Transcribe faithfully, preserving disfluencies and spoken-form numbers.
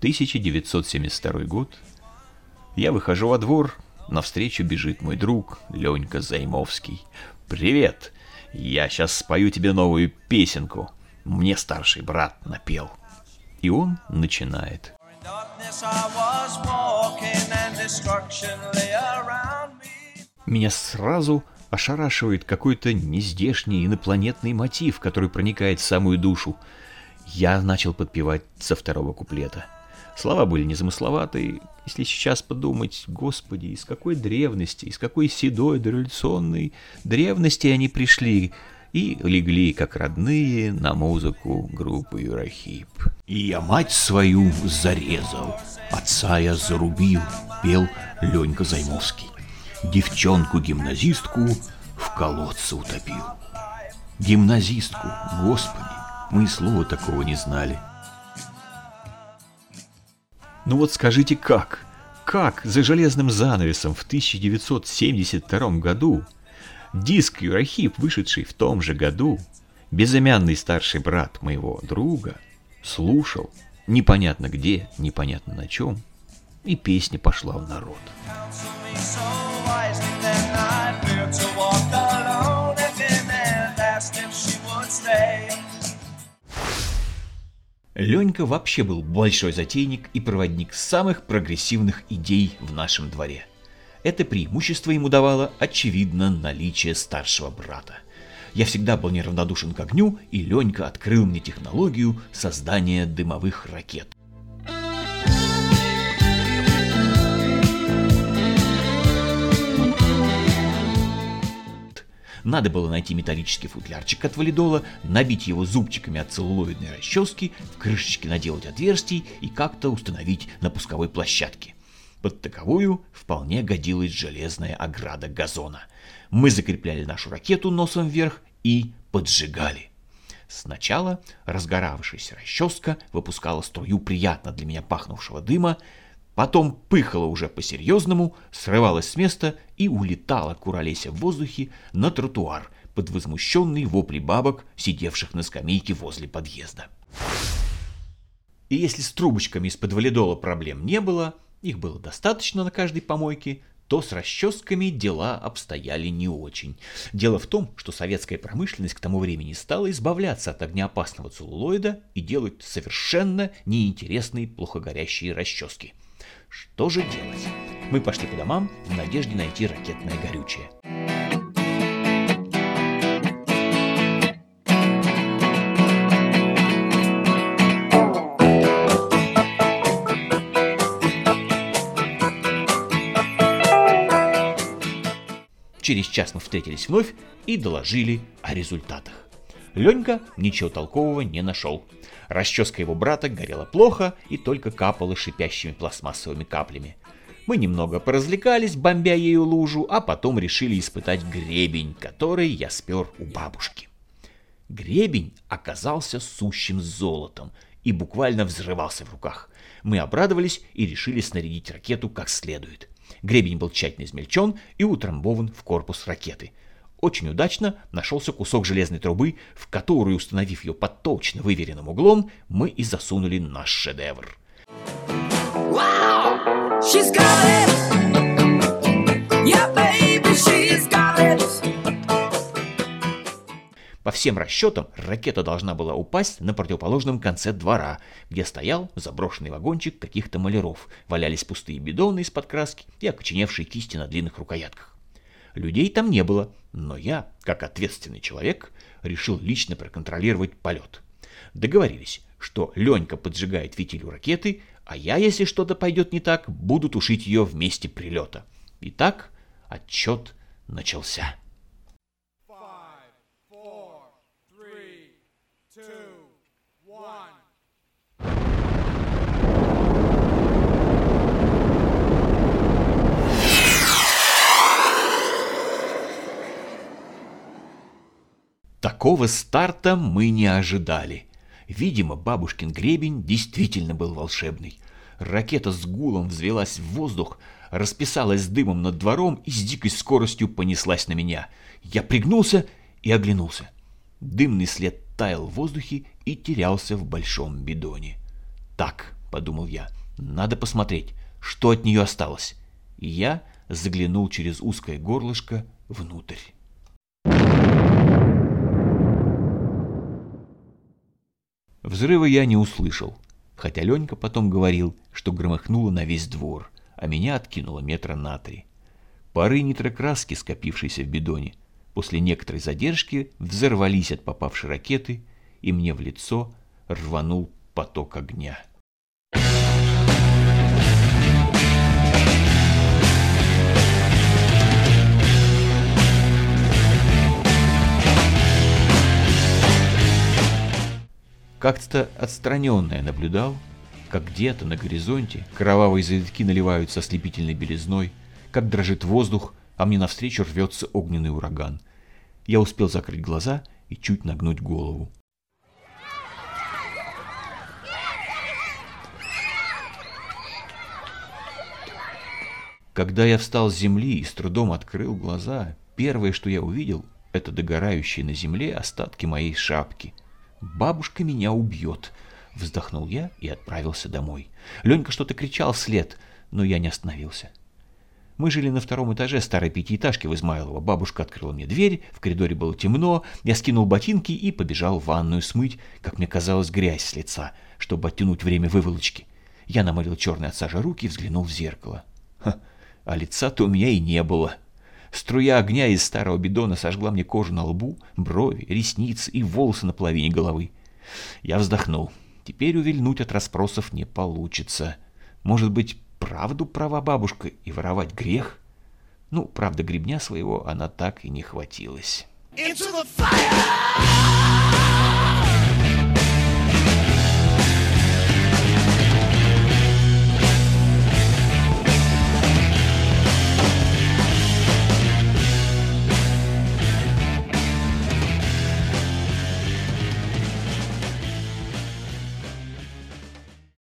тысяча девятьсот семьдесят второй год. Я выхожу во двор, навстречу бежит мой друг Ленька Займовский. «Привет! Я сейчас спою тебе новую песенку. Мне старший брат напел». И он начинает. Меня сразу ошарашивает какой-то нездешний инопланетный мотив, который проникает в самую душу. Я начал подпевать со второго куплета. Слова были незамысловатые. Если сейчас подумать, господи, из какой древности, из какой седой дореволюционной древности они пришли и легли, как родные, на музыку группы Юрахип. «И я мать свою зарезал, отца я зарубил», — пел Ленька Займовский. «Девчонку-гимназистку в колодце утопил». Гимназистку, господи, мы и слова такого не знали. Ну вот скажите, как? Как за железным занавесом в тысяча девятьсот семьдесят втором году диск Юрахип, вышедший в том же году, безымянный старший брат моего друга, слушал непонятно где, непонятно на чем, и песня пошла в народ. Ленька вообще был большой затейник и проводник самых прогрессивных идей в нашем дворе. Это преимущество ему давало, очевидно, наличие старшего брата. Я всегда был неравнодушен к огню, и Ленька открыл мне технологию создания дымовых ракет. Надо было найти металлический футлярчик от валидола, набить его зубчиками от целлулоидной расчески, в крышечке наделать отверстий и как-то установить на пусковой площадке. Под таковую вполне годилась железная ограда газона. Мы закрепляли нашу ракету носом вверх и поджигали. Сначала разгоравшаяся расческа выпускала струю приятно для меня пахнувшего дыма, потом пыхала уже по-серьезному, срывалась с места и улетала, куролеся в воздухе, на тротуар под возмущенные вопли бабок, сидевших на скамейке возле подъезда. И если с трубочками из-под валидола проблем не было, их было достаточно на каждой помойке, то с расческами дела обстояли не очень. Дело в том, что советская промышленность к тому времени стала избавляться от огнеопасного целлулоида и делать совершенно неинтересные плохогорящие расчески. Что же делать? Мы пошли по домам в надежде найти ракетное горючее. Через час мы встретились вновь и доложили о результатах. Ленька ничего толкового не нашел. Расческа его брата горела плохо и только капала шипящими пластмассовыми каплями. Мы немного поразвлекались, бомбя ею лужу, а потом решили испытать гребень, который я спер у бабушки. Гребень оказался сущим золотом и буквально взрывался в руках. Мы обрадовались и решили снарядить ракету как следует. Гребень был тщательно измельчен и утрамбован в корпус ракеты. Очень удачно нашелся кусок железной трубы, в которую, установив ее под точно выверенным углом, мы и засунули наш шедевр. Wow, she's got it. Yeah, baby, she's got it. По всем расчетам, ракета должна была упасть на противоположном конце двора, где стоял заброшенный вагончик каких-то маляров, валялись пустые бидоны из-под краски и окоченевшие кисти на длинных рукоятках. Людей там не было, но я, как ответственный человек, решил лично проконтролировать полет. Договорились, что Ленька поджигает фитиль у ракеты, а я, если что-то пойдет не так, буду тушить ее в месте прилета. Итак, отчет начался. Такого старта мы не ожидали. Видимо, бабушкин гребень действительно был волшебный. Ракета с гулом взвелась в воздух, расписалась дымом над двором и с дикой скоростью понеслась на меня. Я пригнулся и оглянулся. Дымный след таял в воздухе и терялся в большом бидоне. Так подумал я. Надо посмотреть, что от нее осталось. И я заглянул через узкое горлышко внутрь. Взрыва я не услышал, хотя Ленька потом говорил, что громыхнуло на весь двор, а меня откинуло метра на три. Пары нитрокраски, скопившиеся в бидоне, после некоторой задержки взорвались от попавшей ракеты, и мне в лицо рванул поток огня. Как-то отстраненно я наблюдал, как где-то на горизонте кровавые завитки наливаются ослепительной белизной, как дрожит воздух, а мне навстречу рвется огненный ураган. Я успел закрыть глаза и чуть нагнуть голову. Когда я встал с земли и с трудом открыл глаза, первое, что я увидел, это догорающие на земле остатки моей шапки. «Бабушка меня убьет», — вздохнул я и отправился домой. Ленька что-то кричал вслед, но я не остановился. Мы жили на втором этаже старой пятиэтажки в Измайлово. Бабушка открыла мне дверь, в коридоре было темно, я скинул ботинки и побежал в ванную смыть, как мне казалось, грязь с лица, чтобы оттянуть время выволочки. Я намылил черные от сажи руки и взглянул в зеркало. Ха, а лица-то у меня и не было. Струя огня из старого бидона сожгла мне кожу на лбу, брови, ресницы и волосы на половине головы. Я вздохнул. Теперь увильнуть от расспросов не получится. Может быть, правду права бабушка и воровать грех? Ну, правда, гребня своего она так и не хватилась. Into the fire!